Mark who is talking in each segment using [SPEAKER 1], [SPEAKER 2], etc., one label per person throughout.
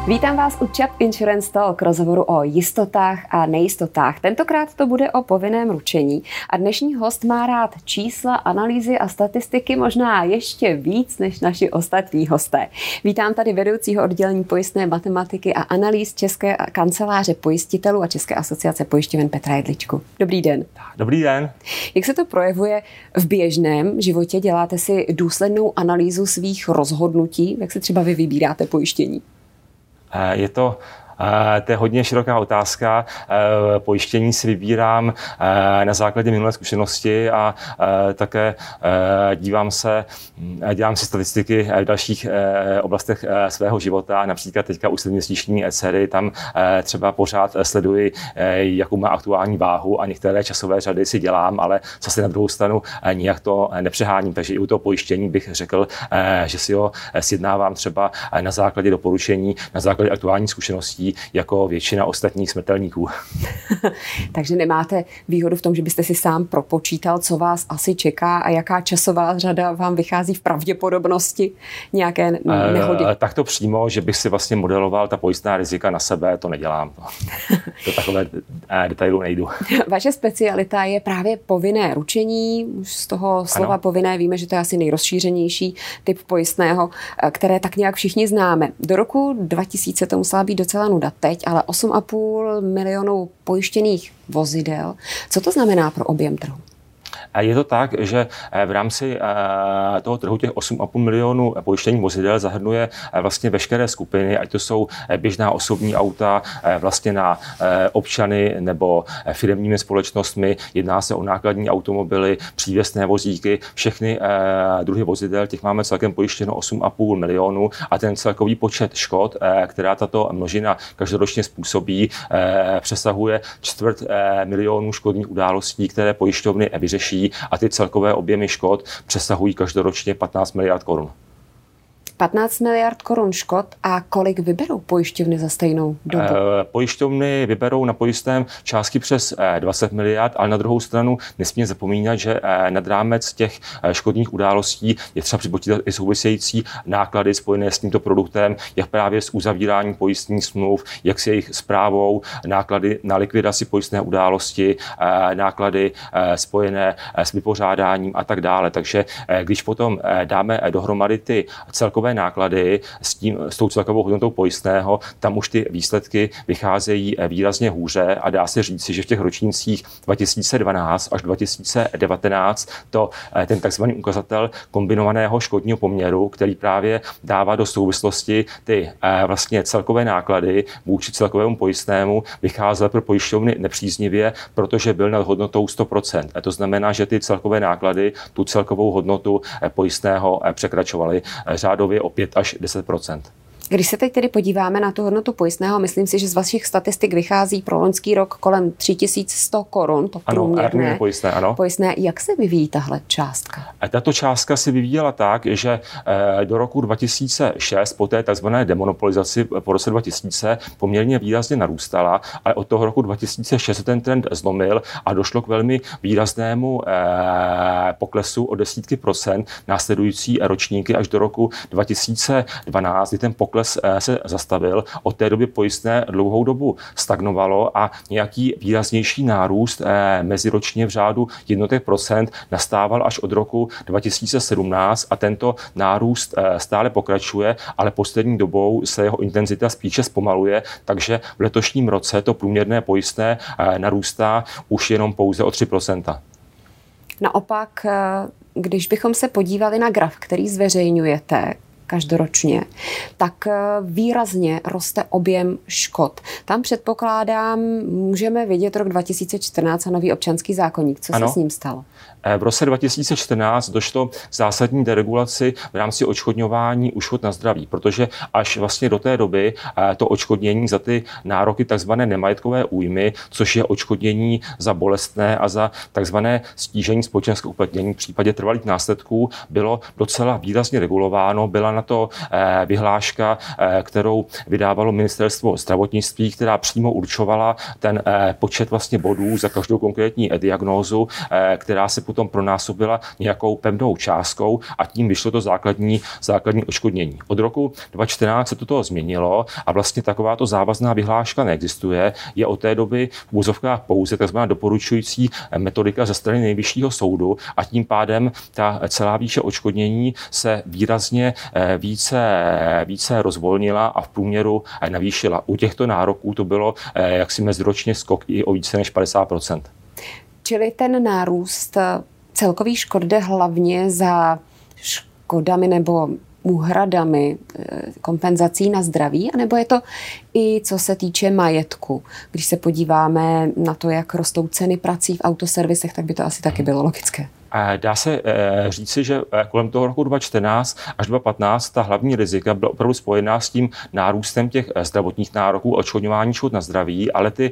[SPEAKER 1] Vítám vás u Čap Insurance Talk, rozhovoru o jistotách a nejistotách. Tentokrát to bude o povinném ručení a dnešní host má rád čísla, analýzy a statistiky možná ještě víc než naši ostatní hosté. Vítám tady vedoucího oddělení pojistné matematiky a analýz České kanceláře pojistitelů a České asociace pojišťoven Petra Jedličku. Dobrý den.
[SPEAKER 2] Dobrý den.
[SPEAKER 1] Jak se to projevuje v běžném životě? Děláte si důslednou analýzu svých rozhodnutí? Jak se třeba vy vybíráte pojištění?
[SPEAKER 2] To je hodně široká otázka. Pojištění si vybírám na základě minulé zkušenosti a také dělám si statistiky v dalších oblastech svého života. Například teďka u 7měsíční dcery, tam třeba pořád sleduji, jakou má aktuální váhu a některé časové řady si dělám, ale zase na druhou stranu nijak to nepřeháním. Takže i u toho pojištění bych řekl, že si ho sjednávám třeba na základě doporučení, na základě aktuální zkušeností, jako většina ostatních smrtelníků.
[SPEAKER 1] Takže nemáte výhodu v tom, že byste si sám propočítal, co vás asi čeká a jaká časová řada vám vychází v pravděpodobnosti nějaké nehody?
[SPEAKER 2] Tak to přímo, že bych si vlastně modeloval ta pojistná rizika na sebe, to nedělám. Do takové detailu nejdu.
[SPEAKER 1] Vaše specialita je právě povinné ručení. Už z toho slova ano. Povinné víme, že to je asi nejrozšířenější typ pojistného, které tak nějak všichni známe. Do roku 2000 to musela být docela nuda. Teď ale 8,5 milionu pojištěných vozidel. Co to znamená pro objem trhu?
[SPEAKER 2] Je to tak, že v rámci toho trhu těch 8,5 milionů pojištění vozidel zahrnuje vlastně veškeré skupiny, ať to jsou běžná osobní auta, vlastně na občany nebo firemními společnostmi, jedná se o nákladní automobily, přívěsné vozíky, všechny druhy vozidel, těch máme celkem pojištěno 8,5 milionů a ten celkový počet škod, která tato množina každoročně způsobí, přesahuje 250 000 škodních událostí, které pojišťovny vyřeší a ty celkové objemy škod přesahují každoročně 15 miliard korun.
[SPEAKER 1] 15 miliard korun škod a kolik vyberou pojišťovny za stejnou dobu?
[SPEAKER 2] Pojišťovny vyberou na pojistném částky přes 20 miliard, ale na druhou stranu nesmíme zapomínat, že nad rámec těch škodních událostí je třeba připočítat i související náklady spojené s tímto produktem, jak právě s uzavíráním pojistných smluv, jak s jejich správou, náklady na likvidaci pojistné události, náklady spojené s vypořádáním a tak dále. Takže když potom dáme dohromady ty celkové náklady s tou celkovou hodnotou pojistného, tam už ty výsledky vycházejí výrazně hůře a dá se říci, že v těch ročnících 2012 až 2019 ten takzvaný ukazatel kombinovaného škodního poměru, který právě dává do souvislosti ty vlastně celkové náklady vůči celkovému pojistnému, vycházel pro pojišťovny nepříznivě, protože byl nad hodnotou 100%. A to znamená, že ty celkové náklady tu celkovou hodnotu pojistného překračovaly řádově o 5 až 10%.
[SPEAKER 1] Když se teď tedy podíváme na tu hodnotu pojistného, myslím si, že z vašich statistik vychází pro loňský rok kolem 3100 korun, to průměrné
[SPEAKER 2] pojistné, ano.
[SPEAKER 1] Pojistné. Jak se vyvíjí tahle částka?
[SPEAKER 2] A tato částka se vyvíjela tak, že do roku 2006, po té takzvané demonopolizaci po roce 2000, poměrně výrazně narůstala, ale od toho roku 2006 ten trend zlomil a došlo k velmi výraznému poklesu o desítky procent následující ročníky až do roku 2012, kdy ten pokles se zastavil. Od té doby pojistné dlouhou dobu stagnovalo a nějaký výraznější nárůst meziročně v řádu jednotek procent nastával až od roku 2017 a tento nárůst stále pokračuje, ale poslední dobou se jeho intenzita spíše zpomaluje, takže v letošním roce to průměrné pojistné narůstá už jenom pouze o 3%.
[SPEAKER 1] Naopak, když bychom se podívali na graf, který zveřejňujete každoročně, tak výrazně roste objem škod. Tam předpokládám, můžeme vidět rok 2014 a nový občanský zákoník. Co se s ním stalo?
[SPEAKER 2] V roce 2014 došlo k zásadní deregulaci v rámci odškodňování u škod na zdraví, protože až vlastně do té doby to odškodnění za ty nároky takzvané nemajetkové újmy, což je odškodnění za bolestné a za takzvané stížení společenského uplatnění v případě trvalých následků, bylo docela výrazně regulováno, byla na to vyhláška, kterou vydávalo ministerstvo zdravotnictví, která přímo určovala ten počet vlastně bodů za každou konkrétní diagnózu, která se potom pronásobila nějakou pevnou částkou a tím vyšlo to základní odškodnění. Od roku 2014 se toto změnilo a vlastně takováto závazná vyhláška neexistuje. Je od té doby v úvozovkách pouze tzv. Doporučující metodika ze strany Nejvyššího soudu a tím pádem ta celá výše odškodnění se výrazně více rozvolnila a v průměru navýšila. U těchto nároků to bylo jaksi meziročně skok i o více než 50%.
[SPEAKER 1] Čili ten nárůst celkových škod jde hlavně za škodami nebo úhradami kompenzací na zdraví, anebo je to i co se týče majetku? Když se podíváme na to, jak rostou ceny prací v autoservisech, tak by to asi taky bylo logické.
[SPEAKER 2] Dá se říci, že kolem toho roku 2014 až 2015 ta hlavní rizika byla opravdu spojená s nárůstem těch zdravotních nároků, odškodňování škod na zdraví, ale ty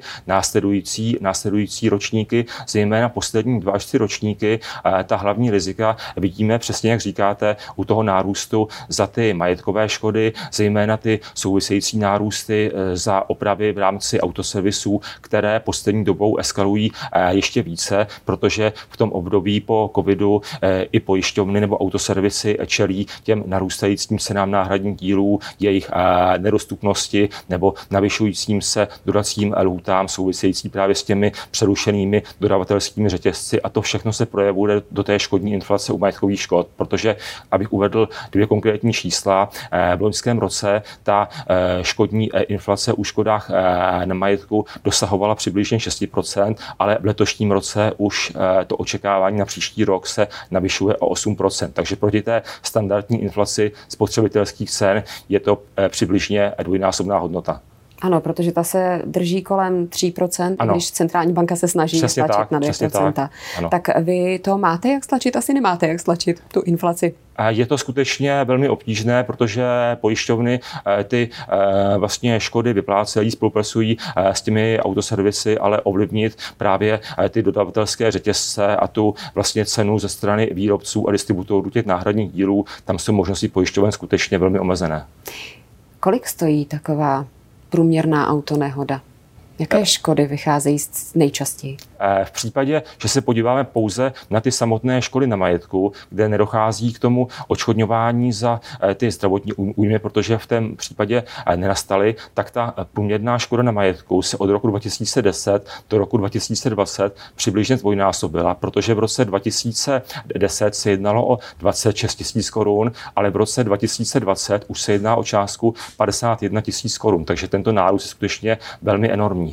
[SPEAKER 2] následující ročníky, zejména poslední 2 až 3 ročníky, ta hlavní rizika vidíme přesně, jak říkáte, u toho nárůstu za ty majetkové škody, zejména ty související nárůsty za opravy v rámci autoservisů, které poslední dobou eskalují ještě více, protože v tom období po covidu i pojišťovny nebo autoservisy čelí těm narůstajícím cenám náhradních dílů, jejich nedostupnosti nebo navyšujícím se dodacím lhůtám související právě s těmi přerušenými dodavatelskými řetězci a to všechno se projevuje do té škodní inflace u majetkových škod, protože, abych uvedl 2 konkrétní čísla, v loňském roce ta škodní inflace u škodách na majetku dosahovala přibližně 6%, ale v letošním roce už to očekávání na příští rok se navyšuje o 8%. Takže proti té standardní inflaci spotřebitelských cen je to přibližně dvojnásobná hodnota.
[SPEAKER 1] Ano, protože ta se drží kolem 3%, ano. Když centrální banka se snaží stlačit na 2%. Tak vy to máte jak stlačit? Asi nemáte jak stlačit tu inflaci.
[SPEAKER 2] Je to skutečně velmi obtížné, protože pojišťovny ty vlastně škody vyplácejí, spolupracují s těmi autoservisy, ale ovlivnit právě ty dodavatelské řetězce a tu vlastně cenu ze strany výrobců a distributorů těch náhradních dílů, tam jsou možnosti pojišťoven skutečně velmi omezené.
[SPEAKER 1] Kolik stojí taková průměrná autonehoda? Jaké škody vycházejí nejčastěji?
[SPEAKER 2] V případě, že se podíváme pouze na ty samotné škody na majetku, kde nedochází k tomu odškodňování za ty zdravotní újmy, protože v tom případě nenastaly, tak ta průměrná škoda na majetku se od roku 2010 do roku 2020 přibližně zdvojnásobila, protože v roce 2010 se jednalo o 26 000 korun, ale v roce 2020 už se jedná o částku 51 000 korun, takže tento nárůst je skutečně velmi enormní.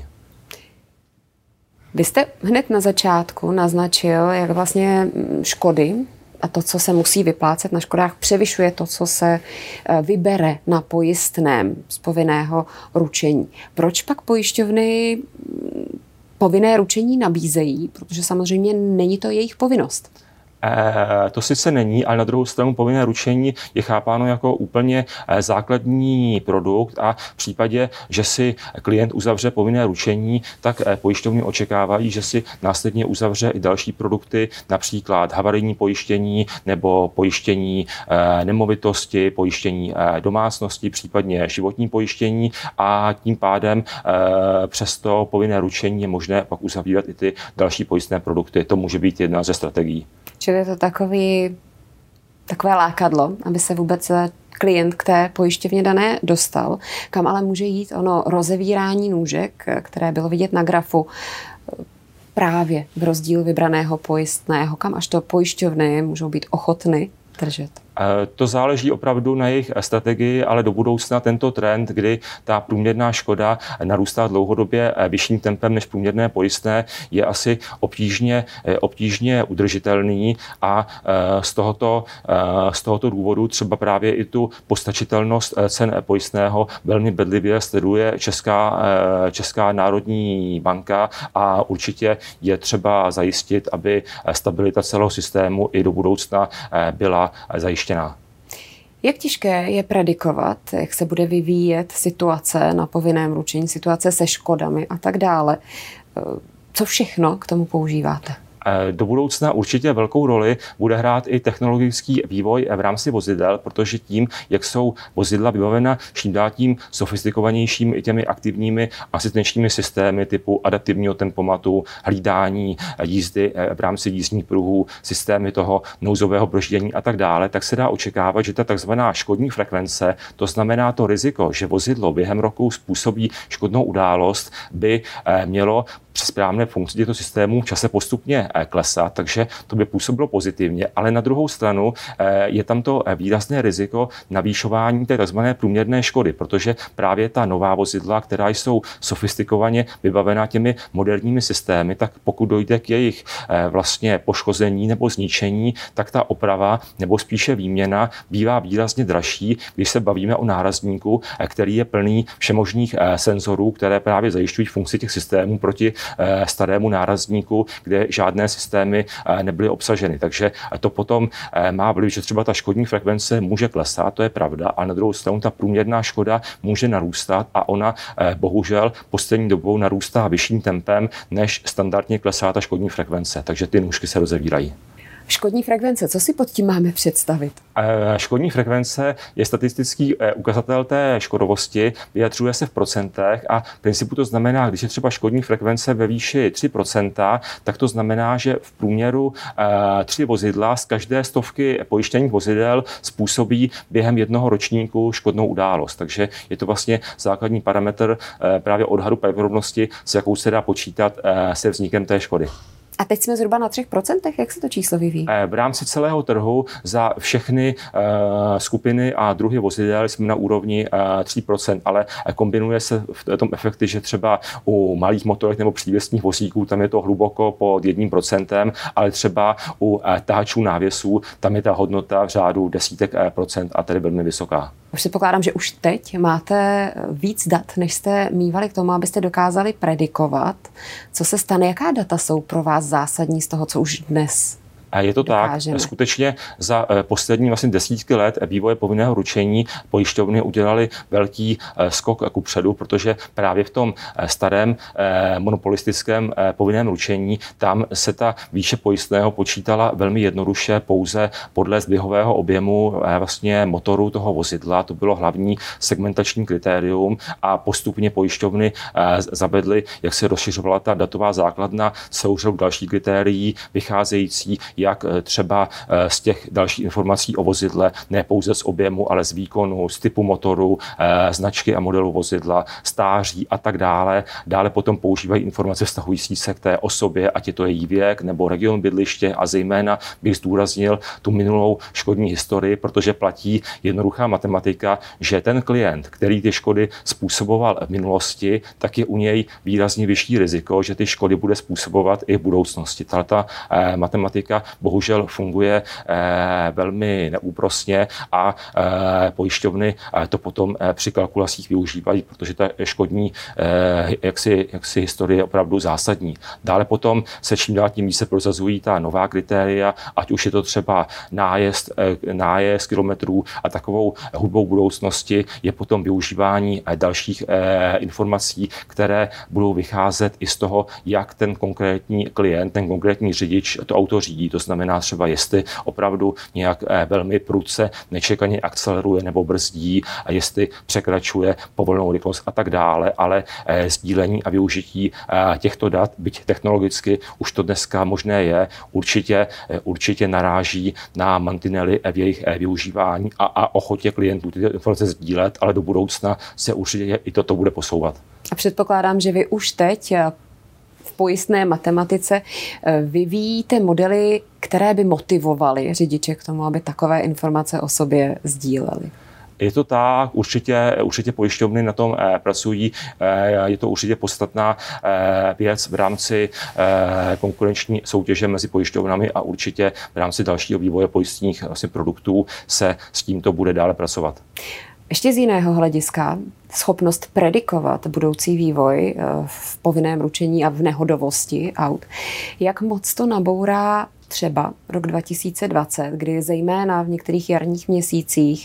[SPEAKER 1] Vy jste hned na začátku naznačil, jak vlastně škody a to, co se musí vyplácet na škodách, převyšuje to, co se vybere na pojistném z povinného ručení. Proč pak pojišťovny povinné ručení nabízejí? Protože samozřejmě není to jejich povinnost.
[SPEAKER 2] To sice není, ale na druhou stranu povinné ručení je chápáno jako úplně základní produkt a v případě, že si klient uzavře povinné ručení, tak pojišťovny očekávají, že si následně uzavře i další produkty, například havarijní pojištění nebo pojištění nemovitosti, pojištění domácnosti, případně životní pojištění a tím pádem přes to povinné ručení je možné pak uzavírat i ty další pojistné produkty. To může být jedna ze strategií.
[SPEAKER 1] Čili je to takové lákadlo, aby se vůbec klient k té pojišťovně dané dostal, kam ale může jít ono rozevírání nůžek, které bylo vidět na grafu, právě v rozdílu vybraného pojistného, kam až to pojišťovny můžou být ochotny držet.
[SPEAKER 2] To záleží opravdu na jejich strategii, ale do budoucna tento trend, kdy ta průměrná škoda narůstá dlouhodobě vyšším tempem než průměrné pojistné, je asi obtížně udržitelný a z tohoto důvodu třeba právě i tu postačitelnost cen pojistného velmi bedlivě sleduje Česká národní banka a určitě je třeba zajistit, aby stabilita celého systému i do budoucna byla zajištěna.
[SPEAKER 1] Jak těžké je predikovat, jak se bude vyvíjet situace na povinném ručení, situace se škodami a tak dále? Co všechno k tomu používáte?
[SPEAKER 2] Do budoucna určitě velkou roli bude hrát i technologický vývoj v rámci vozidel, protože tím, jak jsou vozidla vybavena čím dál tím sofistikovanějšími i těmi aktivními asistenčními systémy typu adaptivního tempomatu, hlídání jízdy v rámci jízdních pruhů, systémy toho nouzového brždění a tak dále, tak se dá očekávat, že ta takzvaná škodní frekvence, to znamená to riziko, že vozidlo během roku způsobí škodnou událost, by mělo při správné funkci těchto systémů v čase postupně klesat, takže to by působilo pozitivně, ale na druhou stranu je tam to výrazné riziko navýšování té tzv. Průměrné škody, protože právě ta nová vozidla, která jsou sofistikovaně vybavená těmi moderními systémy, tak pokud dojde k jejich vlastně poškození nebo zničení, tak ta oprava nebo spíše výměna bývá výrazně dražší, když se bavíme o nárazníku, který je plný všemožných senzorů, které právě zajišťují funkci těch systémů proti starému nárazníku, kde žádné systémy nebyly obsaženy. Takže to potom má vliv, že třeba ta škodní frekvence může klesat, to je pravda, ale na druhou stranu ta průměrná škoda může narůstat a ona bohužel poslední dobou narůstá vyšším tempem, než standardně klesá ta škodní frekvence. Takže ty nůžky se rozevírají.
[SPEAKER 1] Škodní frekvence, co si pod tím máme představit?
[SPEAKER 2] Škodní frekvence je statistický ukazatel té škodovosti, vyjadřuje se v procentech a v principu to znamená, když je třeba škodní frekvence ve výši 3%, tak to znamená, že v průměru 3 vozidla z každé stovky pojištěných vozidel způsobí během jednoho ročníku škodnou událost. Takže je to vlastně základní parametr právě odhadu pravděpodobnosti, s jakou se dá počítat se vznikem té škody.
[SPEAKER 1] A teď jsme zhruba na 3%, jak se to číslo vyvíjí?
[SPEAKER 2] V rámci celého trhu za všechny skupiny a druhy vozidel jsme na úrovni 3%, ale kombinuje se v tom efekty, že třeba u malých motorek nebo přívěsních vozíků tam je to hluboko pod 1%, ale třeba u tahačů návěsů tam je ta hodnota v řádu desítek procent a tedy velmi vysoká.
[SPEAKER 1] Už si pokládám, že už teď máte víc dat, než jste mívali k tomu, abyste dokázali predikovat, co se stane. Jaká data jsou pro vás zásadní z toho, co už dnes
[SPEAKER 2] je to
[SPEAKER 1] dokážeme?
[SPEAKER 2] Tak, skutečně za poslední vlastně desítky let vývoje povinného ručení pojišťovny udělali velký skok kupředu, protože právě v tom starém monopolistickém povinném ručení tam se ta výše pojistného počítala velmi jednoduše pouze podle zdvihového objemu vlastně motoru toho vozidla. To bylo hlavní segmentační kritérium a postupně pojišťovny zavedly, jak se rozšiřovala ta datová základna, celou řadu dalších kritérií vycházející jak třeba z těch dalších informací o vozidle, ne pouze z objemu, ale z výkonu, z typu motoru, značky a modelu vozidla, stáří a tak dále. Dále potom používají informace vztahující se k té osobě, ať je to její věk nebo region bydliště a zejména bych zdůraznil tu minulou škodní historii, protože platí jednoduchá matematika, že ten klient, který ty škody způsoboval v minulosti, tak je u něj výrazně vyšší riziko, že ty škody bude způsobovat i v budoucnosti. Ta matematika bohužel funguje velmi neúprosně a pojišťovny to potom při kalkulacích využívají, protože ta škodní jaksi historie je opravdu zásadní. Dále potom se čím dál tím více prosazují ta nová kritéria, ať už je to třeba nájezd kilometrů a takovou hudbou budoucnosti je potom využívání dalších informací, které budou vycházet i z toho, jak ten konkrétní klient, ten konkrétní řidič to auto řídí. To znamená třeba, jestli opravdu nějak velmi prudce nečekaně akceleruje nebo brzdí a jestli překračuje povolenou rychlost a tak dále, ale sdílení a využití těchto dat, byť technologicky už to dneska možné je, určitě naráží na mantinely v jejich využívání a ochotě klientů ty informace sdílet, ale do budoucna se určitě i toto bude posouvat.
[SPEAKER 1] A předpokládám, že vy už teď v pojistné matematice vyvíjíte modely, které by motivovaly řidiče k tomu, aby takové informace o sobě sdíleli.
[SPEAKER 2] Je to tak, určitě pojišťovny na tom pracují, je to určitě podstatná věc v rámci konkurenční soutěže mezi pojišťovnami a určitě v rámci dalšího vývoje pojistných produktů se s tímto bude dále pracovat.
[SPEAKER 1] Ještě z jiného hlediska, schopnost predikovat budoucí vývoj v povinném ručení a v nehodovosti aut, jak moc to nabourá třeba rok 2020, kdy zejména v některých jarních měsících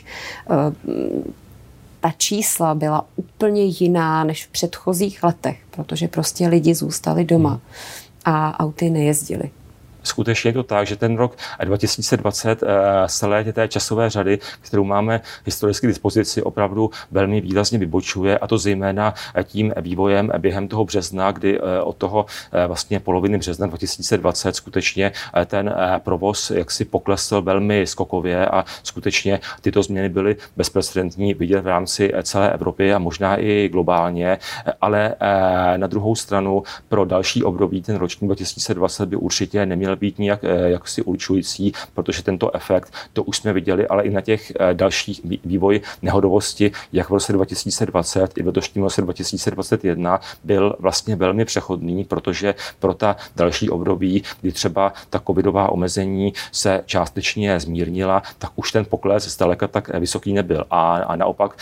[SPEAKER 1] ta čísla byla úplně jiná než v předchozích letech, protože prostě lidi zůstali doma a auty nejezdily.
[SPEAKER 2] skutečně je to tak, že ten rok 2020 z celé té časové řady, kterou máme historicky k dispozici, opravdu velmi výrazně vybočuje, a to zejména tím vývojem během toho března, kdy od toho vlastně poloviny března 2020 skutečně ten provoz jaksi poklesl velmi skokově a skutečně tyto změny byly bezprecedentní vidět v rámci celé Evropy a možná i globálně, ale na druhou stranu pro další období ten ročník 2020 by určitě neměl být nijak jaksi určující, protože tento efekt, to už jsme viděli, ale i na těch dalších vývoj nehodovosti, jak v roce 2020 i v letošním roce 2021 byl vlastně velmi přechodný, protože pro ta další období, kdy třeba ta covidová omezení se částečně zmírnila, tak už ten pokles zdaleka tak vysoký nebyl. A naopak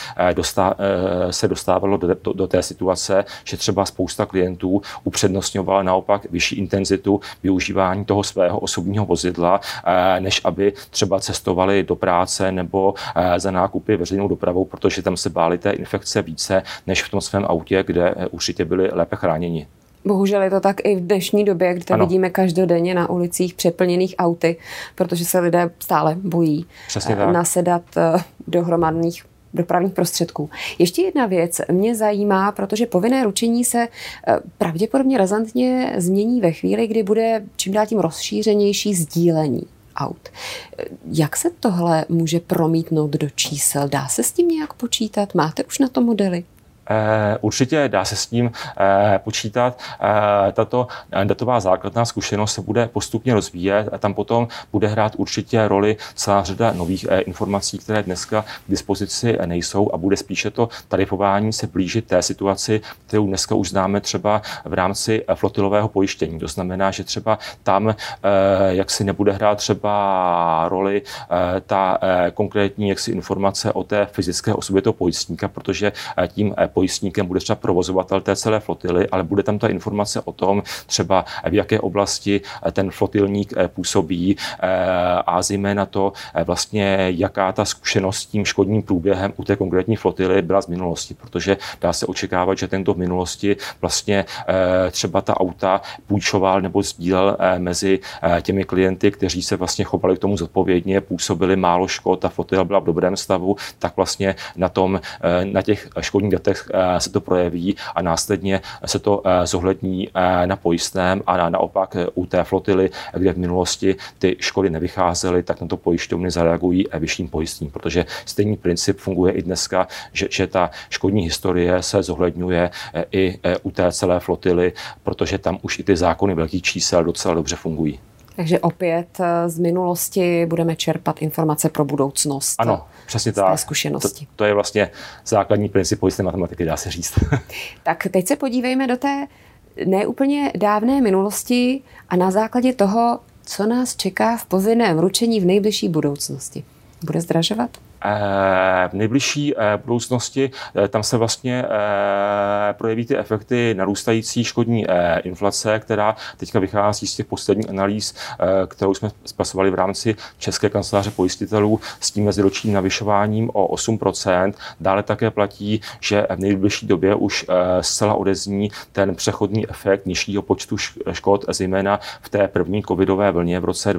[SPEAKER 2] se dostávalo do té situace, že třeba spousta klientů upřednostňovala naopak vyšší intenzitu využívání toho svého osobního vozidla, než aby třeba cestovali do práce nebo za nákupy veřejnou dopravou, protože tam se báli té infekce více, než v tom svém autě, kde určitě byli lépe chráněni.
[SPEAKER 1] Bohužel je to tak i v dnešní době, kdy to vidíme každodenně na ulicích přeplněných auty, protože se lidé stále bojí nasedat do hromadných dopravních prostředků. Ještě jedna věc mě zajímá, protože povinné ručení se pravděpodobně razantně změní ve chvíli, kdy bude čím dál tím rozšířenější sdílení aut. Jak se tohle může promítnout do čísel? Dá se s tím nějak počítat? Máte už na to modely?
[SPEAKER 2] Určitě dá se s tím počítat. Tato datová základná zkušenost se bude postupně rozvíjet a tam potom bude hrát určitě roli celá řada nových informací, které dneska k dispozici nejsou, a bude spíše to tarifování se blížit té situaci, kterou dneska už známe třeba v rámci flotilového pojištění. To znamená, že třeba tam jak si nebude hrát třeba roli ta konkrétní jaksi informace o té fyzické osobě toho pojistníka, protože tím pojistníkem bude třeba provozovatel té celé flotily, ale bude tam ta informace o tom třeba v jaké oblasti ten flotilník působí a zejména to vlastně jaká ta zkušenost s tím škodním průběhem u té konkrétní flotily byla z minulosti, protože dá se očekávat, že tento v minulosti vlastně třeba ta auta půjčoval nebo sdílel mezi těmi klienty, kteří se vlastně chovali k tomu zodpovědně, působili málo škod, ta flotila byla v dobrém stavu, tak vlastně na těch škodních datech se to projeví a následně se to zohlední na pojistném a naopak u té flotily, kde v minulosti ty škody nevycházely, tak na to pojišťovny zareagují vyšším pojistným, protože stejný princip funguje i dneska, že ta škodní historie se zohledňuje i u té celé flotily, protože tam už i ty zákony velkých čísel docela dobře fungují.
[SPEAKER 1] Takže opět z minulosti budeme čerpat informace pro budoucnost.
[SPEAKER 2] Ano, přesně tak.
[SPEAKER 1] Zkušenosti.
[SPEAKER 2] To je vlastně základní princip pojistné matematiky, dá se říct.
[SPEAKER 1] Tak teď se podívejme do té neúplně dávné minulosti a na základě toho, co nás čeká v povinném ručení v nejbližší budoucnosti. Bude zdražovat?
[SPEAKER 2] V nejbližší budoucnosti tam se vlastně projeví ty efekty narůstající škodní inflace, která teďka vychází z těch posledních analýz, kterou jsme zpracovali v rámci České kanceláře pojistitelů s tím meziročním navyšováním o 8%. Dále také platí, že v nejbližší době už zcela odezní ten přechodný efekt nižšího počtu škod, zejména v té první covidové vlně v roce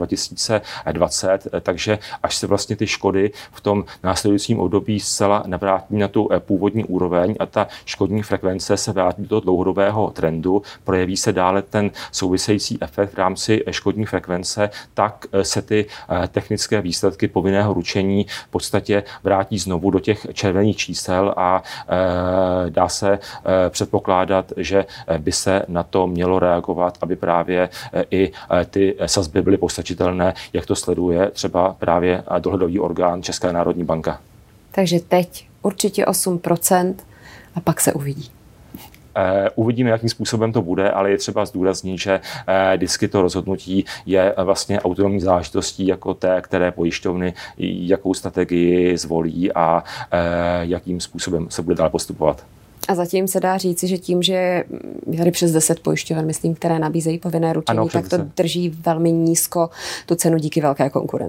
[SPEAKER 2] 2020, takže až se vlastně ty škody v tom následujícím období zcela navrátí na tu původní úroveň a ta škodní frekvence se vrátí do toho dlouhodobého trendu, projeví se dále ten související efekt v rámci škodní frekvence, tak se ty technické výsledky povinného ručení v podstatě vrátí znovu do těch červených čísel a dá se předpokládat, že by se na to mělo reagovat, aby právě i ty sazby byly postačitelné, jak to sleduje třeba právě dohledový orgán Česká národní banka.
[SPEAKER 1] Takže teď určitě 8% a pak se uvidí.
[SPEAKER 2] Uvidíme, jakým způsobem to bude, ale je třeba zdůraznit, že vždycky to rozhodnutí je vlastně autonomní záležitostí jako té, které pojišťovny, jakou strategii zvolí a jakým způsobem se bude dál postupovat.
[SPEAKER 1] A zatím se dá říci, že tím, že je tady přes 10 pojišťoven, myslím, které nabízejí povinné ručení, tak to drží velmi nízko tu cenu díky velké konkurenci.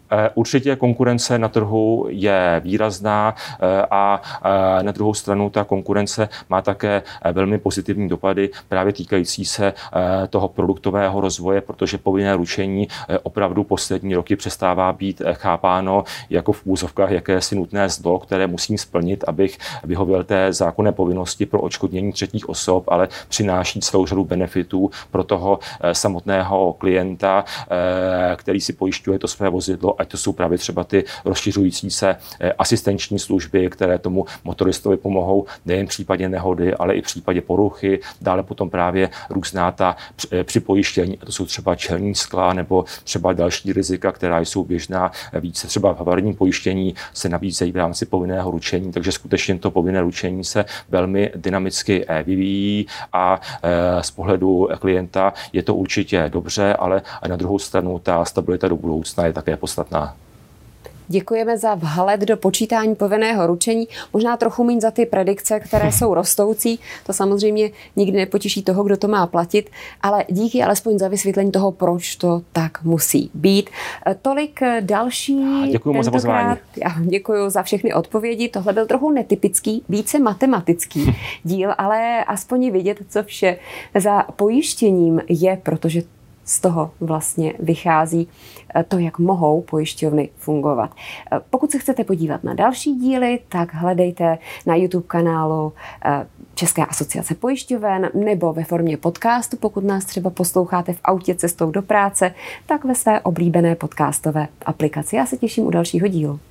[SPEAKER 2] Určitě konkurence na trhu je výrazná a na druhou stranu ta konkurence má také velmi pozitivní dopady právě týkající se toho produktového rozvoje, protože povinné ručení opravdu poslední roky přestává být chápáno jako v úzovkách jakési nutné zlo, které musím splnit, abych vyhověl té zákonné povinnosti pro odškodnění třetích osob, ale přináší celou řadu benefitů pro toho samotného klienta, který si pojišťuje to své vozidlo, ať to jsou právě třeba ty rozšiřující se asistenční služby, které tomu motoristovi pomohou nejen v případě nehody, ale i v případě poruchy. Dále potom právě různá ta připojištění, to jsou třeba čelní skla nebo třeba další rizika, která jsou běžná. Více třeba v havarijním pojištění se nabízejí v rámci povinného ručení, takže skutečně to povinné ručení se velmi dynamicky vyvíjí a z pohledu klienta je to určitě dobře, ale na druhou stranu ta stabilita do budoucna je také podstatná.
[SPEAKER 1] Děkujeme za vhled do počítání povinného ručení, možná trochu méně za ty predikce, které jsou rostoucí. To samozřejmě nikdy nepotěší toho, kdo to má platit, ale díky alespoň za vysvětlení toho, proč to tak musí být. Tolik další.
[SPEAKER 2] Děkuji moc za pozvání.
[SPEAKER 1] Já děkuji za všechny odpovědi. Tohle byl trochu netypický, více matematický díl, ale aspoň vidět, co vše za pojištěním je, protože z toho vlastně vychází to, jak mohou pojišťovny fungovat. Pokud se chcete podívat na další díly, tak hledejte na YouTube kanálu České asociace pojišťoven nebo ve formě podcastu, pokud nás třeba posloucháte v autě cestou do práce, tak ve své oblíbené podcastové aplikaci. Já se těším u dalšího dílu.